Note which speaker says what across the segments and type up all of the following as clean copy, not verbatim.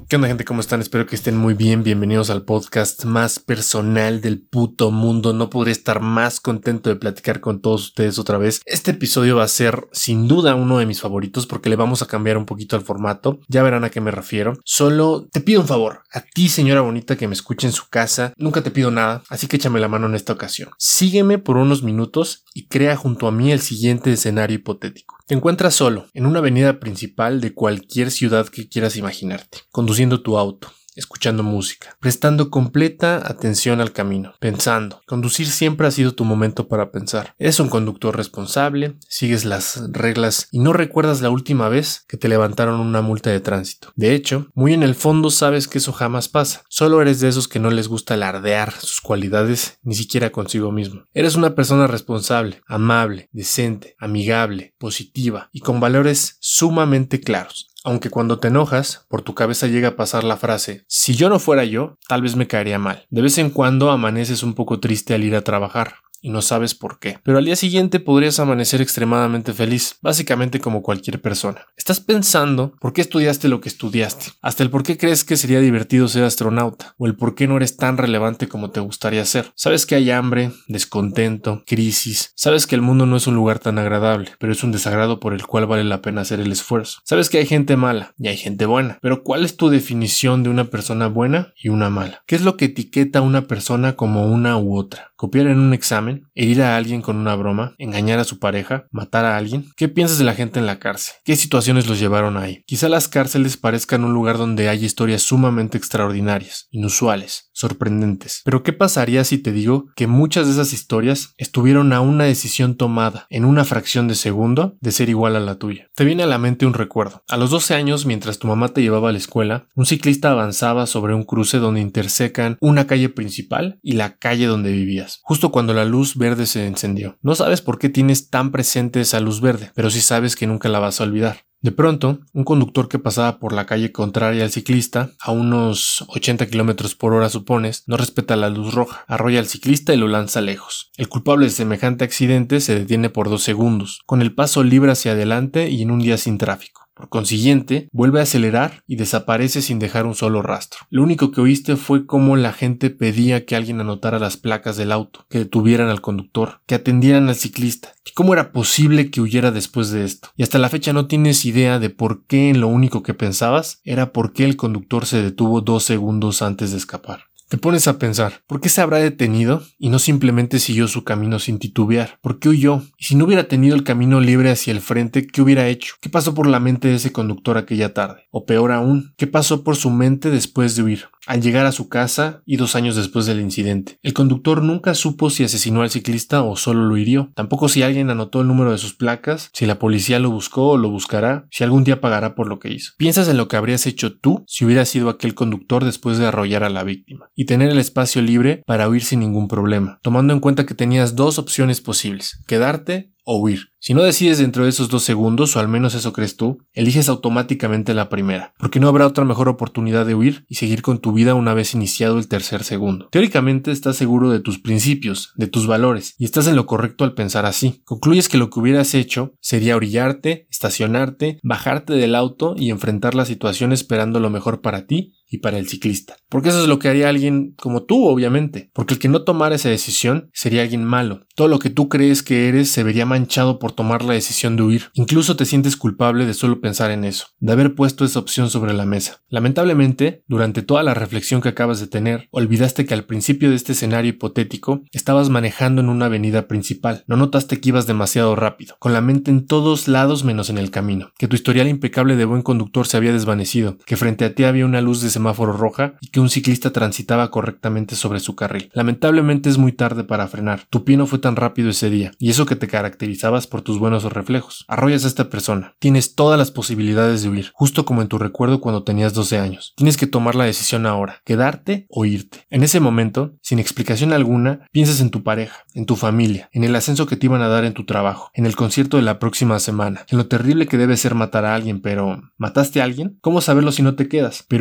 Speaker 1: ¿Qué onda, gente? ¿Cómo están? Espero que estén muy bien. Bienvenidos al podcast más personal del puto mundo. No podría estar más contento de platicar con todos ustedes otra vez. Este episodio va a ser sin duda uno de mis favoritos porque le vamos a cambiar un poquito al formato. Ya verán a qué me refiero. Solo te pido un favor. A ti, señora bonita que me escuche en su casa, nunca te pido nada, así que échame la mano en esta ocasión. Sígueme por unos minutos y crea junto a mí el siguiente escenario hipotético. Te encuentras solo en una avenida principal de cualquier ciudad que quieras imaginarte, conduciendo tu auto, escuchando música, prestando completa atención al camino, pensando. Conducir siempre ha sido tu momento para pensar. Eres un conductor responsable, sigues las reglas y no recuerdas la última vez que te levantaron una multa de tránsito. De hecho, muy en el fondo sabes que eso jamás pasa. Solo eres de esos que no les gusta alardear sus cualidades ni siquiera consigo mismo. Eres una persona responsable, amable, decente, amigable, positiva y con valores sumamente claros. Aunque cuando te enojas, por tu cabeza llega a pasar la frase, si yo no fuera yo, tal vez me caería mal. De vez en cuando amaneces un poco triste al ir a trabajar. Y no sabes por qué. Pero al día siguiente podrías amanecer extremadamente feliz, básicamente como cualquier persona. Estás pensando por qué estudiaste lo que estudiaste, hasta el por qué crees que sería divertido ser astronauta, o el por qué no eres tan relevante como te gustaría ser. Sabes que hay hambre, descontento, crisis. Sabes que el mundo no es un lugar tan agradable, pero es un desagrado por el cual vale la pena hacer el esfuerzo. Sabes que hay gente mala y hay gente buena, pero ¿cuál es tu definición de una persona buena y una mala? ¿Qué es lo que etiqueta a una persona como una u otra? ¿Copiar en un examen? ¿Herir a alguien con una broma? ¿Engañar a su pareja? ¿Matar a alguien? ¿Qué piensas de la gente en la cárcel? ¿Qué situaciones los llevaron ahí? Quizá las cárceles parezcan un lugar donde hay historias sumamente extraordinarias, inusuales, sorprendentes. Pero ¿qué pasaría si te digo que muchas de esas historias estuvieron a una decisión tomada, en una fracción de segundo, de ser igual a la tuya? Te viene a la mente un recuerdo. A los 12 años, mientras tu mamá te llevaba a la escuela, un ciclista avanzaba sobre un cruce donde intersecan una calle principal y la calle donde vivías. Justo cuando la luz verde se encendió. No sabes por qué tienes tan presente esa luz verde, pero sí sabes que nunca la vas a olvidar. De pronto, un conductor que pasaba por la calle contraria al ciclista, a unos 80 km por hora supones, no respeta la luz roja, arrolla al ciclista y lo lanza lejos. El culpable de semejante accidente se detiene por 2 segundos, con el paso libre hacia adelante y en un día sin tráfico. Por consiguiente, vuelve a acelerar y desaparece sin dejar un solo rastro. Lo único que oíste fue cómo la gente pedía que alguien anotara las placas del auto, que detuvieran al conductor, que atendieran al ciclista. ¿Y cómo era posible que huyera después de esto? Y hasta la fecha no tienes idea de por qué lo único que pensabas era por qué el conductor se detuvo 2 segundos antes de escapar. Te pones a pensar, ¿por qué se habrá detenido y no simplemente siguió su camino sin titubear? ¿Por qué huyó? Y si no hubiera tenido el camino libre hacia el frente, ¿qué hubiera hecho? ¿Qué pasó por la mente de ese conductor aquella tarde? O peor aún, ¿qué pasó por su mente después de huir? Al llegar a su casa y 2 años después del incidente. El conductor nunca supo si asesinó al ciclista o solo lo hirió. Tampoco si alguien anotó el número de sus placas, si la policía lo buscó o lo buscará, si algún día pagará por lo que hizo. ¿Piensas en lo que habrías hecho tú si hubieras sido aquel conductor después de arrollar a la víctima? Y tener el espacio libre para huir sin ningún problema, tomando en cuenta que tenías 2 opciones posibles, quedarte o huir. Si no decides dentro de esos 2 segundos, o al menos eso crees tú, eliges automáticamente la primera, porque no habrá otra mejor oportunidad de huir y seguir con tu vida una vez iniciado el 3er segundo. Teóricamente estás seguro de tus principios, de tus valores, y estás en lo correcto al pensar así. Concluyes que lo que hubieras hecho sería orillarte, estacionarte, bajarte del auto y enfrentar la situación esperando lo mejor para ti y para el ciclista. Porque eso es lo que haría alguien como tú, obviamente. Porque el que no tomara esa decisión sería alguien malo. Todo lo que tú crees que eres se vería manchado por tomar la decisión de huir. Incluso te sientes culpable de solo pensar en eso, de haber puesto esa opción sobre la mesa. Lamentablemente, durante toda la reflexión que acabas de tener, olvidaste que al principio de este escenario hipotético estabas manejando en una avenida principal. No notaste que ibas demasiado rápido, con la mente en todos lados menos en el camino, que tu historial impecable de buen conductor se había desvanecido, que frente a ti había una luz de semáforo roja y que un ciclista transitaba correctamente sobre su carril. Lamentablemente es muy tarde para frenar. Tu pie no fue tan rápido ese día, y eso que te caracterizabas por tus buenos reflejos. Arrollas a esta persona. Tienes todas las posibilidades de huir, justo como en tu recuerdo cuando tenías 12 años. Tienes que tomar la decisión ahora, quedarte o irte. En ese momento, sin explicación alguna, piensas en tu pareja, en tu familia, en el ascenso que te iban a dar en tu trabajo, en el concierto de la próxima semana, en lo terrible que debe ser matar a alguien, pero ¿mataste a alguien? ¿Cómo saberlo si no te quedas? Pero ¿y si sí lo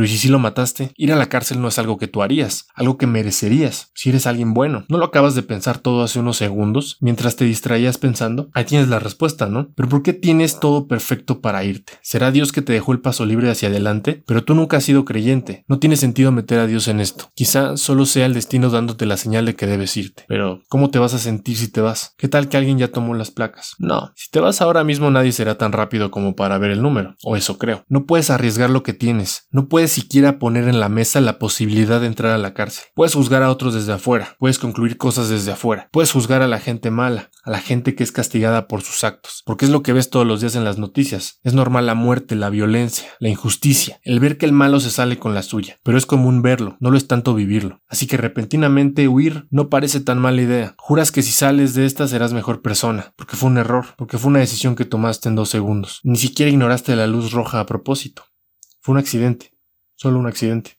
Speaker 1: mataste. Ir a la cárcel no es algo que tú harías, algo que merecerías, si eres alguien bueno. ¿No lo acabas de pensar todo hace unos segundos, mientras te distraías pensando? Ahí tienes la respuesta, ¿no? Pero ¿por qué tienes todo perfecto para irte? ¿Será Dios que te dejó el paso libre hacia adelante? Pero tú nunca has sido creyente. No tiene sentido meter a Dios en esto. Quizá solo sea el destino dándote la señal de que debes irte. Pero, ¿cómo te vas a sentir si te vas? ¿Qué tal que alguien ya tomó las placas? No, si te vas ahora mismo nadie será tan rápido como para ver el número, o eso creo. No puedes arriesgar lo que tienes. No puedes siquiera poner en la mesa la posibilidad de entrar a la cárcel. Puedes juzgar a otros desde afuera. Puedes concluir cosas desde afuera. Puedes juzgar a la gente mala, a la gente que es castigada por sus actos. Porque es lo que ves todos los días en las noticias. Es normal la muerte, la violencia, la injusticia, el ver que el malo se sale con la suya. Pero es común verlo, no lo es tanto vivirlo. Así que repentinamente huir no parece tan mala idea. Juras que si sales de esta serás mejor persona, porque fue un error, porque fue una decisión que tomaste en 2 segundos. Ni siquiera ignoraste la luz roja a propósito. Fue un accidente, solo un accidente.